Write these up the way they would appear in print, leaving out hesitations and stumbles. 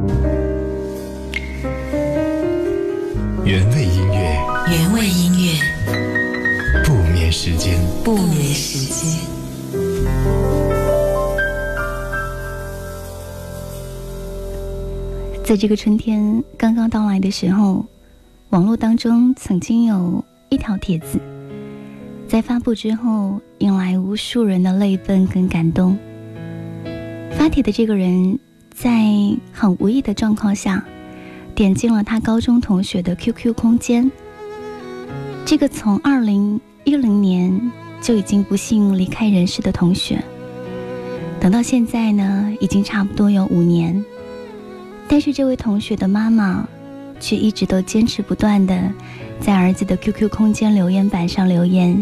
原味音乐， 原味音乐， 不眠时间， 不眠时间。 在这个春天刚刚到来的时候，网络当中曾经有一条帖子，在发布之后引来无数人的泪奔跟感动。发帖的这个人在很无意的状况下点进了他高中同学的 QQ 空间，这个从2010年就已经不幸离开人世的同学，等到现在呢，已经差不多有5年，但是这位同学的妈妈却一直都坚持不断的在儿子的 QQ 空间留言板上留言。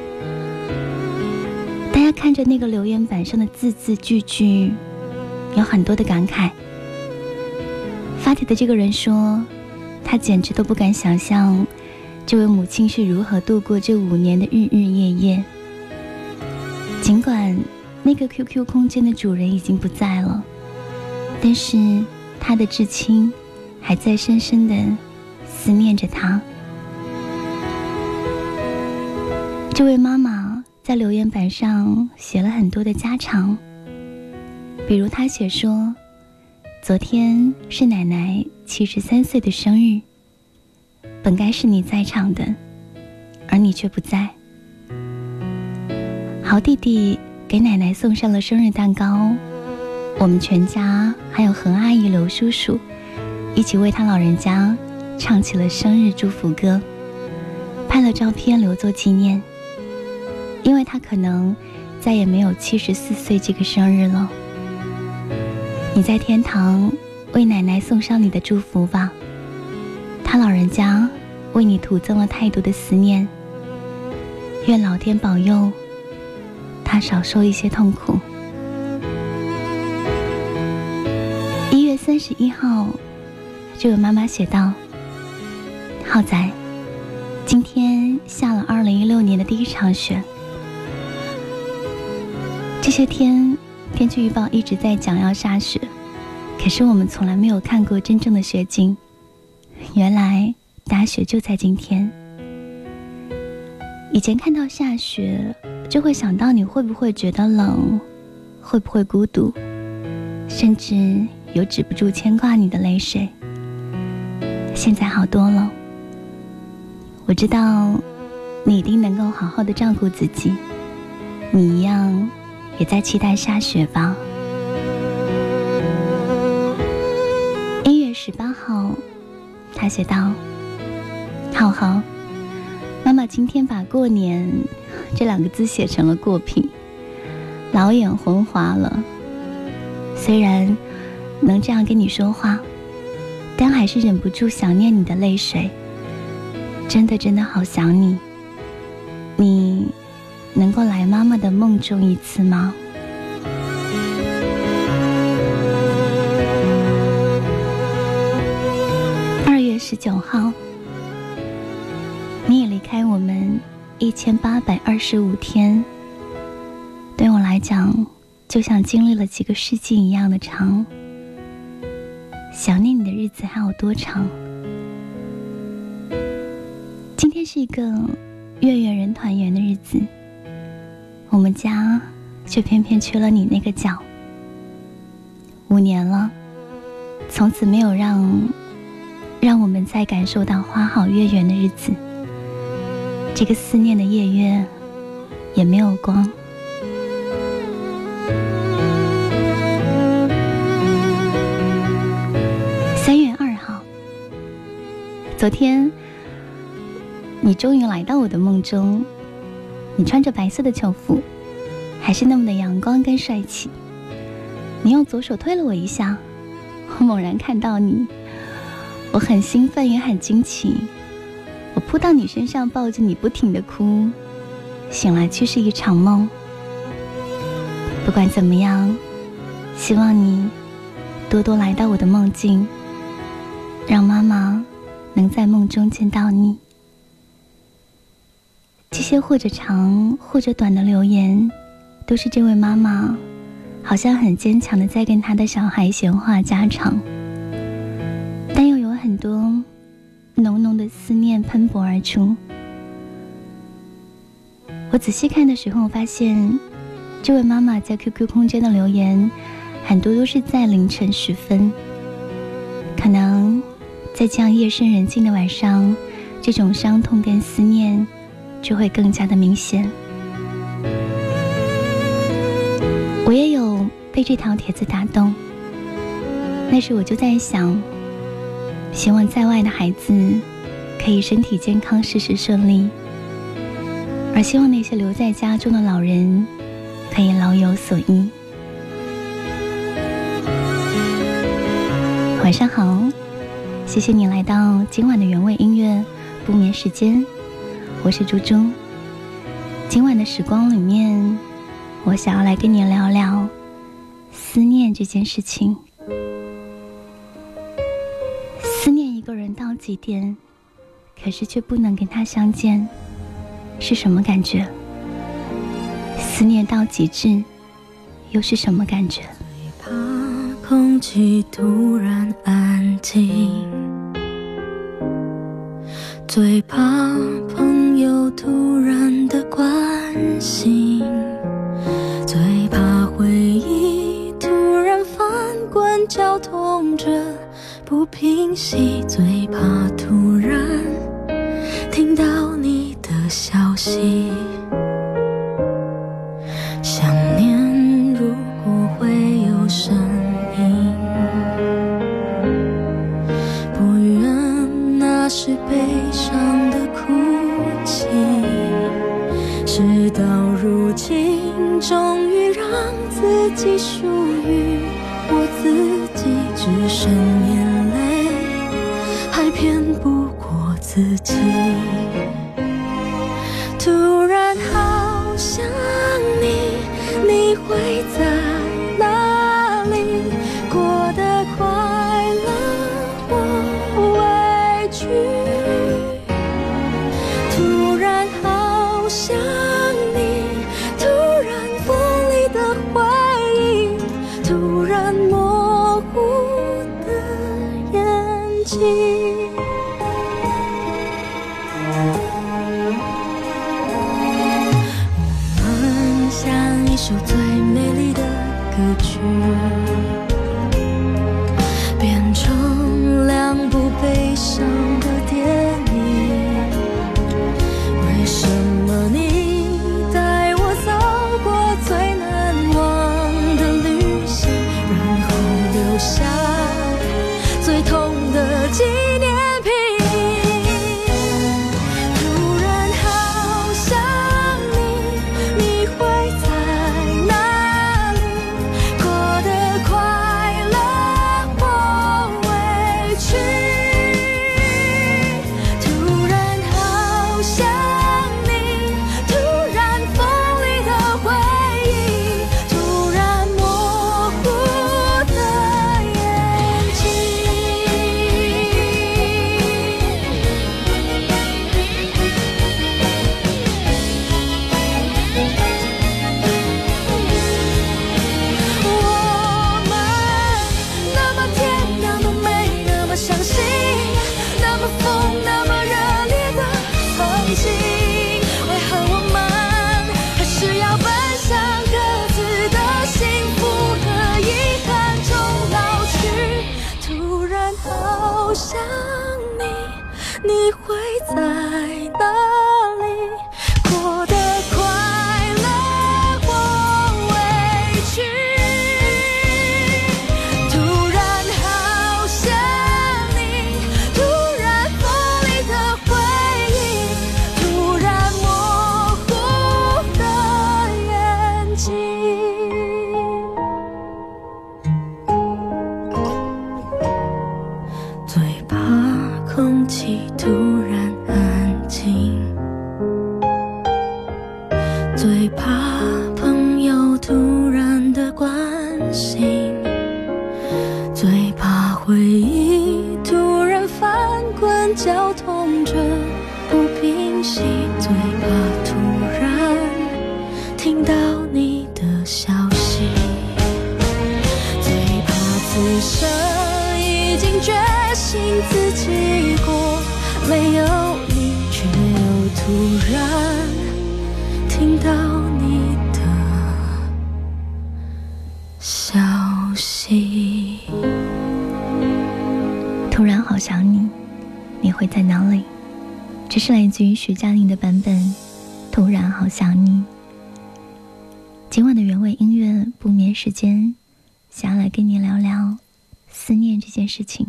大家看着那个留言板上的字字句句，有很多的感慨。发帖的这个人说，他简直都不敢想象这位母亲是如何度过这5年的日日夜夜。尽管那个 QQ 空间的主人已经不在了，但是他的至亲还在深深地思念着他。这位妈妈在留言板上写了很多的家常，比如她写说，昨天是奶奶73岁的生日，本该是你在场的，而你却不在。豪弟弟给奶奶送上了生日蛋糕，我们全家还有何阿姨、刘叔叔一起为他老人家唱起了生日祝福歌，拍了照片留作纪念，因为他可能再也没有74岁这个生日了。你在天堂为奶奶送上你的祝福吧，他老人家为你徒增了太多的思念，愿老天保佑他少受一些痛苦。1月31号，这位妈妈写道，浩仔，今天下了2016年的第1场雪。这些天天气预报一直在讲要下雪，可是我们从来没有看过真正的雪景，原来大雪就在今天。以前看到下雪就会想到你会不会觉得冷，会不会孤独，甚至有止不住牵挂你的泪水。现在好多了，我知道你一定能够好好的照顾自己，你一样也在期待下雪吧。1月18号，他写道，浩浩，妈妈今天把过年这2个字写成了过品，老眼昏花了。虽然能这样跟你说话，但还是忍不住想念你的泪水，真的好想你。你能够来妈妈的梦中一次吗？2月19号，你也离开我们1825天，对我来讲就像经历了几个世纪一样的长。想念你的日子还有多长？今天是一个月圆人团圆的日子，我们家却偏偏缺了你那个角。5年了，从此没有让我们再感受到花好月圆的日子，这个思念的夜月也没有光。3月2号，昨天你终于来到我的梦中，你穿着白色的球服，还是那么的阳光跟帅气。你用左手推了我一下，我猛然看到你，我很兴奋也很惊奇，我扑到你身上抱着你不停地哭，醒来却是一场梦。不管怎么样，希望你多多来到我的梦境，让妈妈能在梦中见到你。这些或者长或者短的留言，都是这位妈妈好像很坚强的在跟她的小孩闲话家常。 很多浓浓的思念喷薄而出。我仔细看的时候发现，这位妈妈在 QQ 空间的留言很多都是在凌晨时分，可能在这样夜深人静的晚上，这种伤痛跟思念就会更加的明显。我也有被这条帖子打动，那时我就在想，希望在外的孩子可以身体健康，事事顺利，而希望那些留在家中的老人可以老有所依。晚上好，谢谢你来到今晚的原味音乐不眠时间，我是猪猪。今晚的时光里面，我想要来跟你聊聊思念这件事情。思念一个人到极点，可是却不能跟他相见，是什么感觉？思念到极致，又是什么感觉？ 最怕空气突然安静，最怕朋友突然的关心，最怕回忆突然翻滚绞痛着不平息，最怕突然听到你的消息。想念如果会有声音，不愿那是悲伤的哭泣，事到如今终于让自己属于我自己，只剩眼泪还骗不过自己。突然好想你，你会在哪里？过得快乐或委屈？突然好想你，突然锋利的回忆，突然模糊的眼睛。一首最美丽的歌曲，变成两部悲伤的电影。为什么你带我走过最难忘的旅行，然后留下最痛的纪念品？突然好想你，你会在想你，你会在哪里？过得快乐或委屈？突然好想你，突然锋利的回忆，突然模糊的眼睛。最怕空气突然安静，最怕朋友突然的关心，最怕回忆突然翻滚绞痛着不平息，最怕突然听到你的消息，最怕此生已经经决心自己过，没有你却又突然听到你的消息。 突然好想你，你会在哪里？这是来自于徐佳莹的版本，突然好想你。今晚的原味音乐不眠时间，想要来跟你聊聊思念这件事情。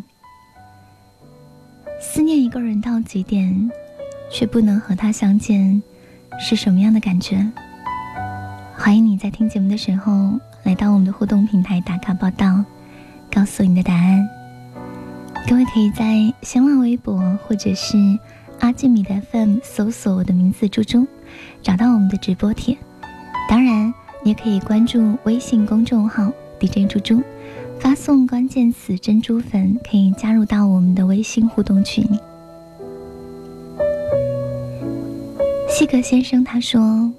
思念一个人到极点，却不能和他相见，是什么样的感觉？欢迎你在听节目的时候来到我们的互动平台打卡报道，告诉你的答案。各位可以在新浪微博或者是阿基米德 FM 搜索我的名字猪猪，找到我们的直播帖。当然也可以关注微信公众号 DJ 猪猪，发送关键词珍珠粉，可以加入到我们的微信互动群。西格先生他说，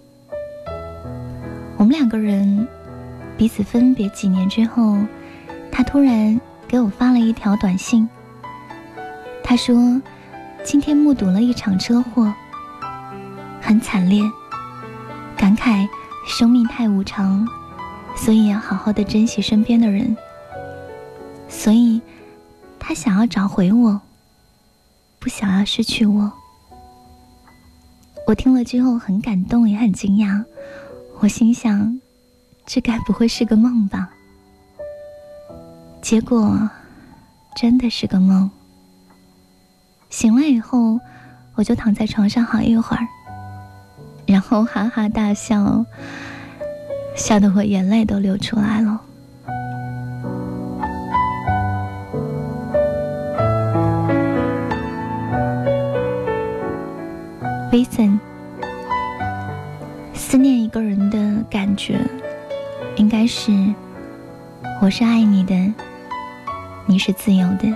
我们两个人彼此分别几年之后，他突然给我发了一条短信，他说今天目睹了一场车祸，很惨烈，感慨生命太无常，所以要好好的珍惜身边的人，所以他想要找回我，不想要失去我。我听了之后很感动，也很惊讶，我心想这该不会是个梦吧？结果真的是个梦。醒来以后，我就躺在床上好一会儿，然后哈哈大笑，笑得我眼泪都流出来了。Vincent， 思念一个人的感觉应该是我是爱你的，你是自由的。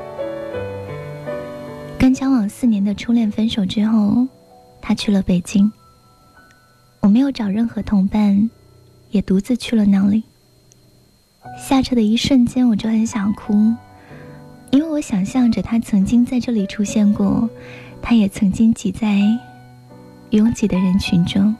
跟交往4年的初恋分手之后，他去了北京，我没有找任何同伴，也独自去了那里。下车的一瞬间我就很想哭，因为我想象着他曾经在这里出现过，他也曾经挤在拥挤的人群中，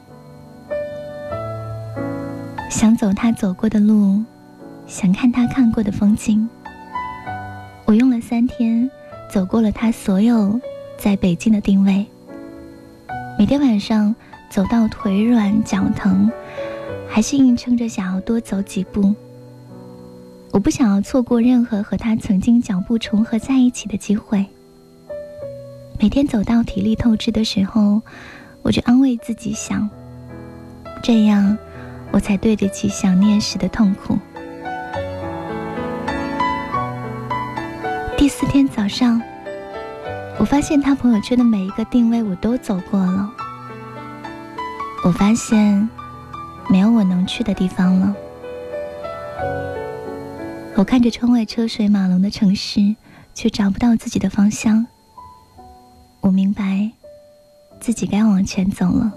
想走他走过的路，想看他看过的风景。我用了3天走过了他所有在北京的定位，每天晚上走到腿软脚疼，还是硬撑着想要多走几步。我不想要错过任何和他曾经脚步重合在一起的机会。每天走到体力透支的时候，我就安慰自己想，这样我才对得起想念时的痛苦。第4天早上，我发现他朋友圈的每一个定位我都走过了，我发现没有我能去的地方了。我看着窗外车水马龙的城市，却找不到自己的方向。我明白自己该往前走了。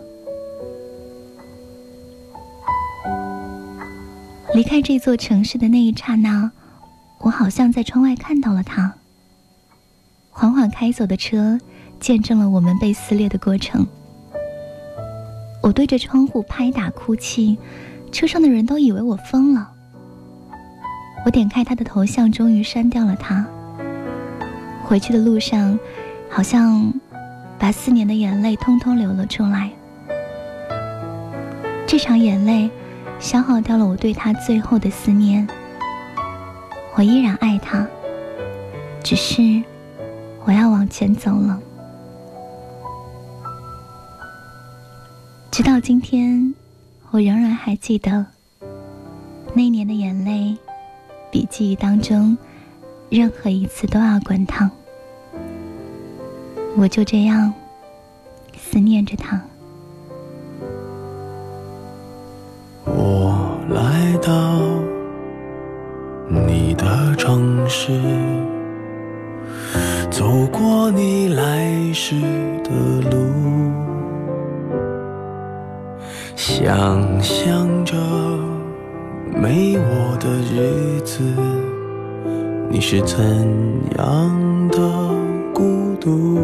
离开这座城市的那一刹那，我好像在窗外看到了他。缓缓开走的车见证了我们被撕裂的过程。我对着窗户拍打哭泣，车上的人都以为我疯了。我点开他的头像，终于删掉了他。回去的路上，好像把4年的眼泪通通流了出来。这场眼泪消耗掉了我对他最后的思念。我依然爱他，只是我要往前走了。直到今天，我仍然还记得那年的眼泪，比记忆当中任何一次都要滚烫。我就这样思念着他。 我来到你的城市，走过你来时的路，想象着没我的日子， 你是怎样的孤独？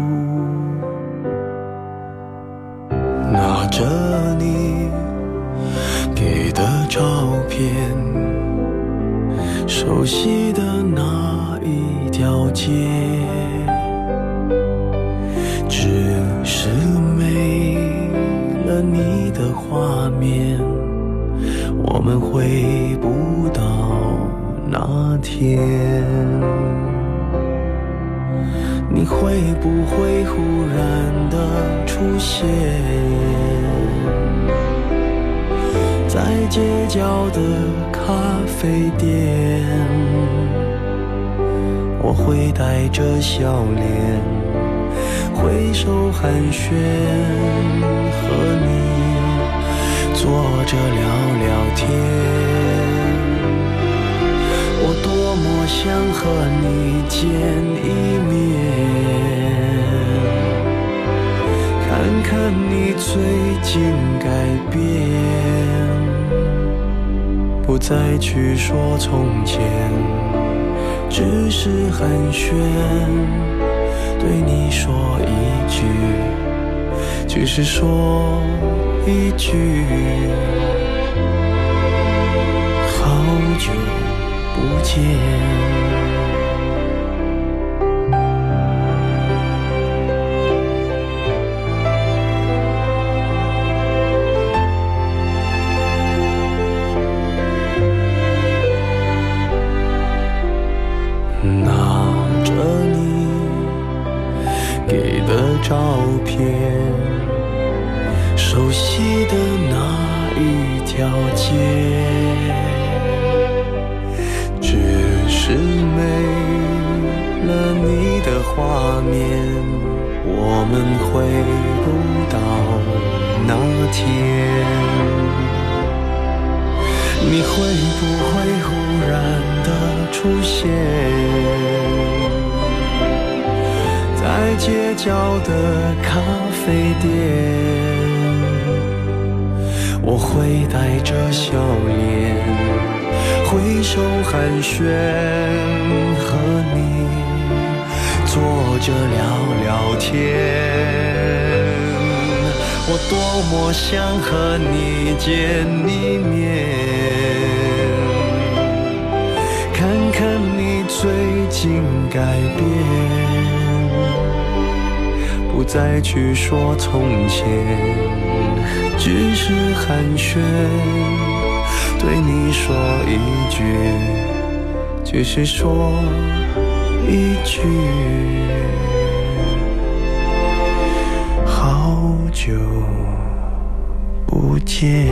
拿着你给的照片，熟悉的那一条街，只是没了你的画面，我们回不到那天。你会不会忽然的出现在街角的咖啡店？我会带着笑脸挥手寒暄，和你坐着聊聊天。我多么想和你见一面，看看你最近改变，不再去说从前，只是寒暄，对你说一句，只是说一句，好久不见。拿着你给的照片，熟悉的那一条街，只是没了你的画面，我们回不到那天。你会不会忽然的出现在街角的咖啡店？我会带着笑脸挥手寒暄，和你坐着聊聊天。我多么想和你见一面，看看你最近改变，不再去说从前，只是寒暄，对你说一句，只是说一句，好久不见。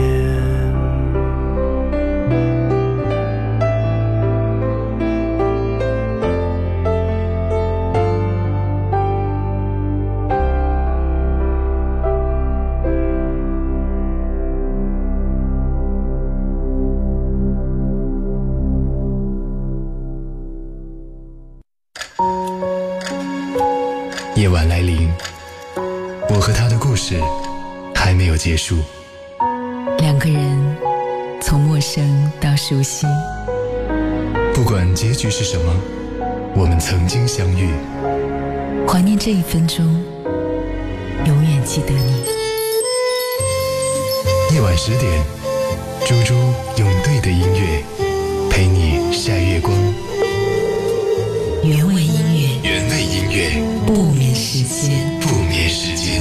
夜晚来临，我和他的故事还没有结束。 两个人从陌生到熟悉， 不管结局是什么，我们曾经相遇。 怀念这一分钟，永远记得你。 夜晚10点，猪猪用对的音乐陪你晒月光。 原味音乐， 原味音乐， 不眠时间， 不眠时间。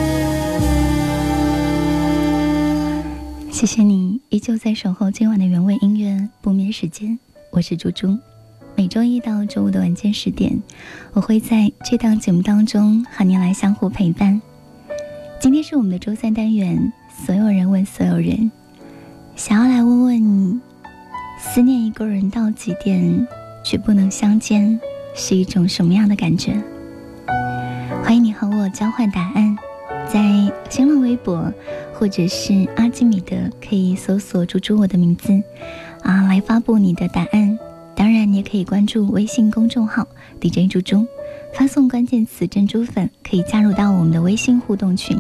谢谢你依旧在守候今晚的原味音乐不眠时间，我是猪猪。每周一到周五的晚间10点，我会在这档节目当中和您来相互陪伴。今天是我们的周3单元，所有人问所有人，想要来问问你，思念一个人到极点却不能相见，是一种什么样的感觉？欢迎你和我交换答案，在新浪微博或者是阿基米德可以搜索猪猪我的名字来发布你的答案。当然你也可以关注微信公众号 DJ 猪猪，发送关键词珍珠粉，可以加入到我们的微信互动群。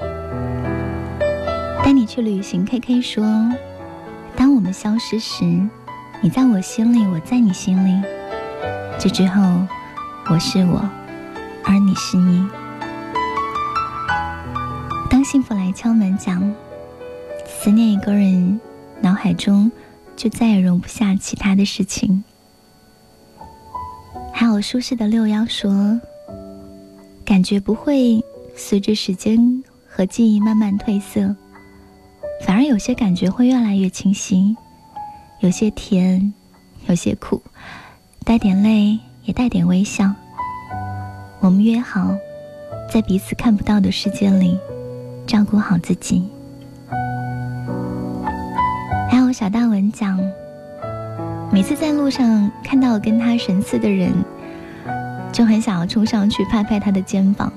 带你去旅行 KK 说，当我们消失时，你在我心里，我在你心里， 这之后，我是我，而你是你。当幸福来敲门讲，思念一个人，脑海中就再也容不下其他的事情。还有舒适的611说，感觉不会随着时间和记忆慢慢褪色，反而有些感觉会越来越清晰，有些甜，有些苦，带点泪，也带点微笑。我们约好，在彼此看不到的世界里，照顾好自己。还有小大文讲，每次在路上看到跟他神似的人，就很想要冲上去拍拍他的肩膀。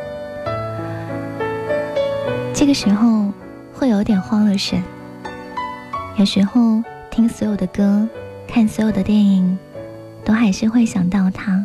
这个时候会有点慌了神，有时候听所有的歌，看所有的电影，都还是会想到他。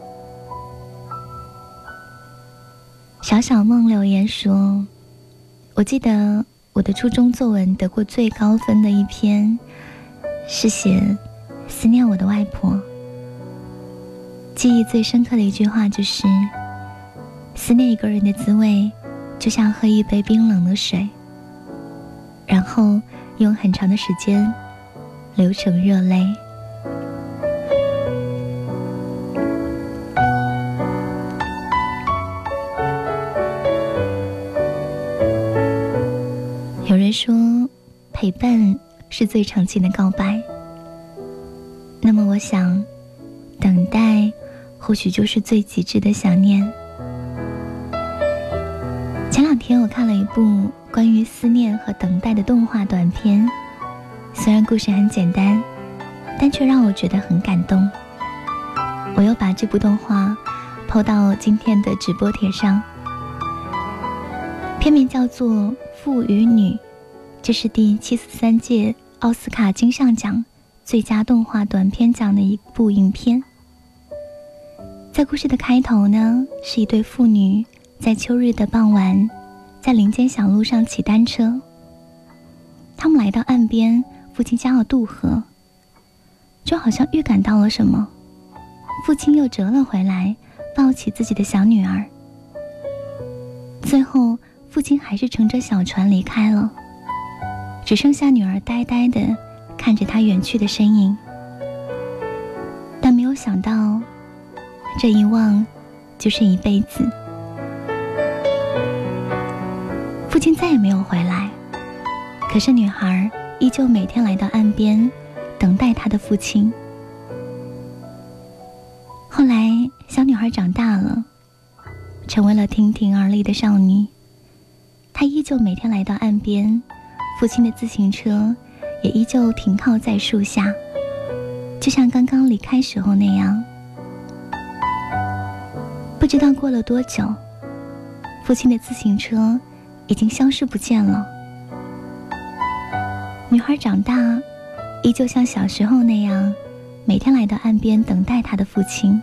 小小梦留言说，我记得我的初中作文得过最高分的一篇是写思念我的外婆。记忆最深刻的一句话就是，思念一个人的滋味就像喝一杯冰冷的水，然后用很长的时间流成热泪。有人说陪伴是最长情的告白，那么我想等待或许就是最极致的想念。前两天我看了一部关于思念和等待的动画短片，虽然故事很简单，但却让我觉得很感动。我又把这部动画抛到今天的直播帖上，片名叫做《父与女》，这是第743届奥斯卡金像奖最佳动画短片奖的一部影片。在故事的开头呢，是一对父女在秋日的傍晚，在林间小路上骑单车。他们来到岸边，父亲将要渡河，就好像预感到了什么，父亲又折了回来，抱起自己的小女儿。最后父亲还是乘着小船离开了，只剩下女儿呆呆地看着他远去的身影。但没有想到，这一望就是一辈子。父亲再也没有回来，可是女孩依旧每天来到岸边，等待她的父亲。后来小女孩长大了，成为了亭亭而立的少女，她依旧每天来到岸边，父亲的自行车也依旧停靠在树下，就像刚刚离开时候那样。不知道过了多久，父亲的自行车已经消失不见了。女孩长大，依旧像小时候那样，每天来到岸边等待她的父亲。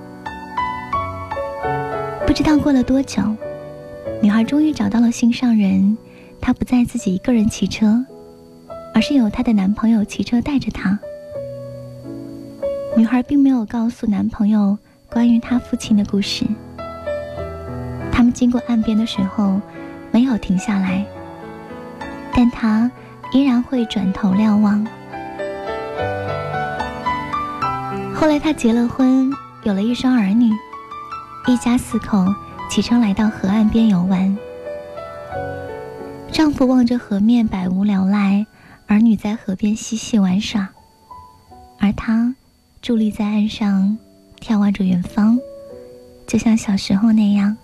不知道过了多久，女孩终于找到了心上人，她不再自己一个人骑车，而是由她的男朋友骑车带着她。女孩并没有告诉男朋友关于她父亲的故事。他们经过岸边的时候没有停下来，但她依然会转头瞭望。后来她结了婚，有了一双儿女，一家4口启程来到河岸边游玩。丈夫望着河面百无聊赖，儿女在河边嬉戏玩耍，而她伫立在岸上眺望着远方，就像小时候那样。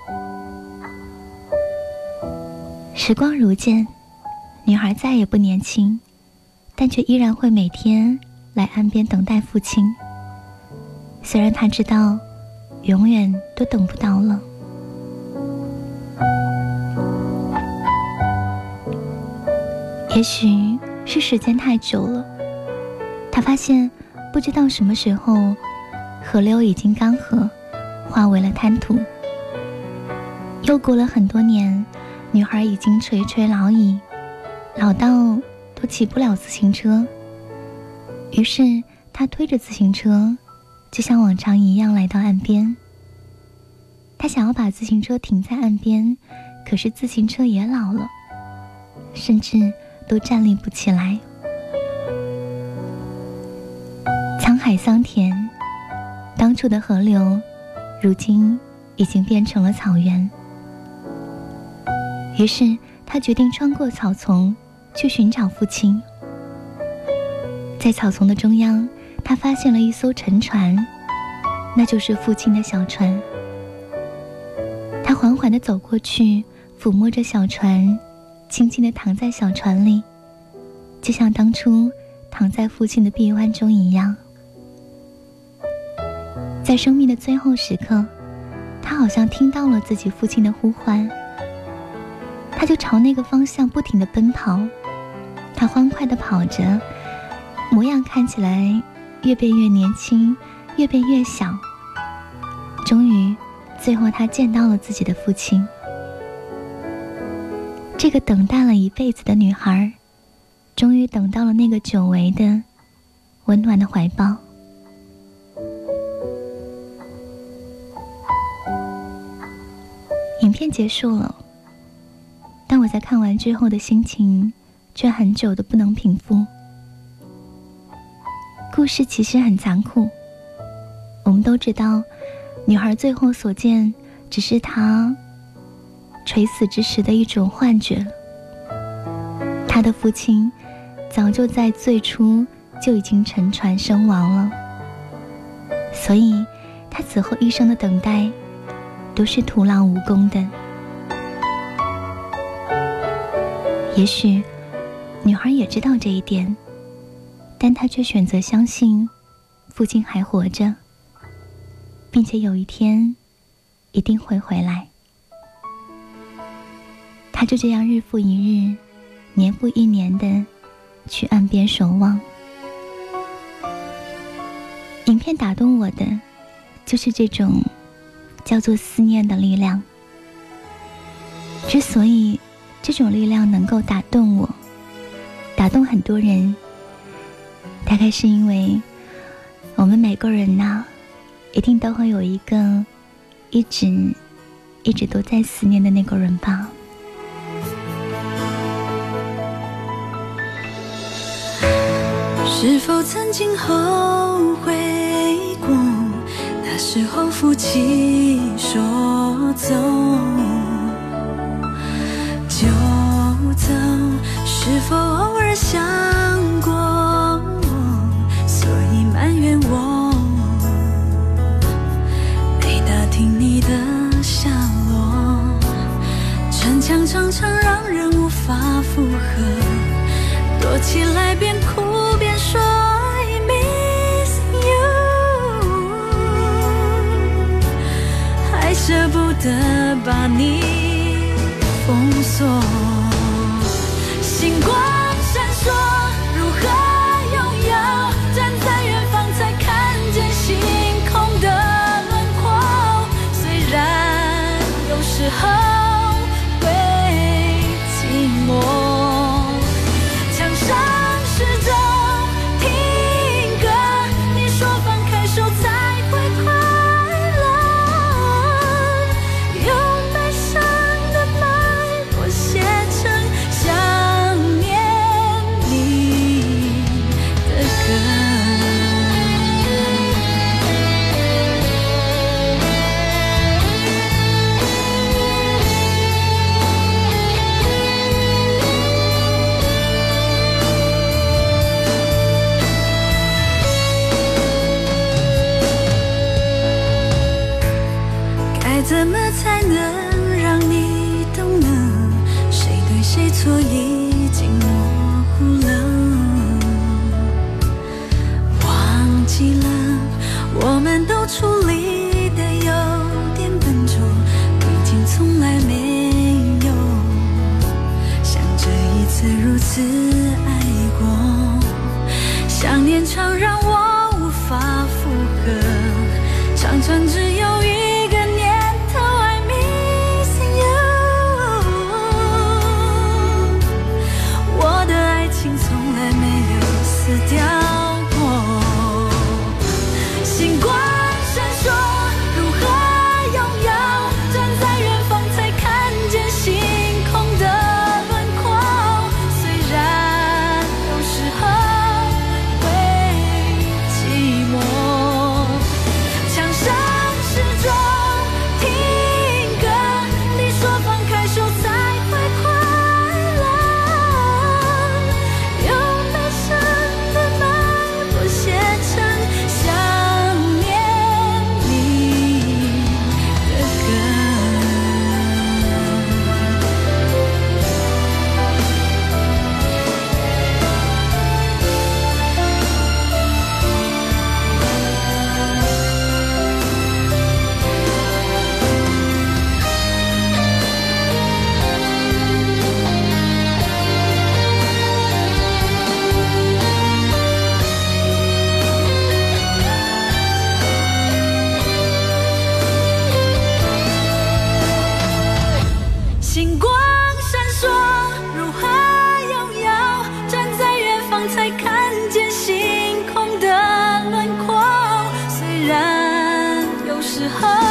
时光如箭，女孩再也不年轻，但却依然会每天来岸边等待父亲。虽然她知道永远都等不到了。也许是时间太久了，她发现不知道什么时候，河流已经干涸，化为了滩涂。又过了很多年，女孩已经垂垂老矣，老到都骑不了自行车。于是她推着自行车就像往常一样来到岸边。他想要把自行车停在岸边，可是自行车也老了，甚至都站立不起来。沧海桑田，当初的河流如今已经变成了草原。于是他决定穿过草丛去寻找父亲。在草丛的中央，他发现了一艘沉船，那就是父亲的小船。他缓缓地走过去，抚摸着小船，轻轻地躺在小船里，就像当初躺在父亲的臂弯中一样。在生命的最后时刻，他好像听到了自己父亲的呼唤，他就朝那个方向不停地奔跑。他欢快地跑着，模样看起来越变越年轻，越变越小。终于最后他见到了自己的父亲。这个等待了一辈子的女孩，终于等到了那个久违的温暖的怀抱。影片结束了，但我在看完之后的心情却很久都不能平复。故事其实很残酷，我们都知道女孩最后所见只是她垂死之时的一种幻觉，她的父亲早就在最初就已经沉船身亡了，所以她此后一生的等待都是徒劳无功的。也许女孩也知道这一点，但她却选择相信父亲还活着，并且有一天一定会回来。她就这样日复一日，年复一年的去岸边守望。影片打动我的就是这种叫做思念的力量。之所以这种力量能够打动我，打动很多人，大概是因为我们每个人呐，一定都会有一个一直都在思念的那个人吧。 是否曾经后悔过，那时候负气说走就走？是否偶尔想过我，所以埋怨我没打听你的下落？逞强常常让人无法负荷，躲起来边哭边说 I miss you， 还舍不得把你封锁。星光闪烁，如何拥有？站在远方才看见星空的轮廓。虽然有时候会寂寞，墙上时钟听歌，你说放开手才会快乐，用悲伤的脉搏写成想念你的歌。该怎么才能让你懂呢？谁对谁错已经模糊了，忘记了我们都处理的有点笨拙，毕竟从来没有像这一次如此爱过。想念常让我无法负荷，常常只有一个念头 I miss you， 我的爱情从来没有死掉过。星光时候。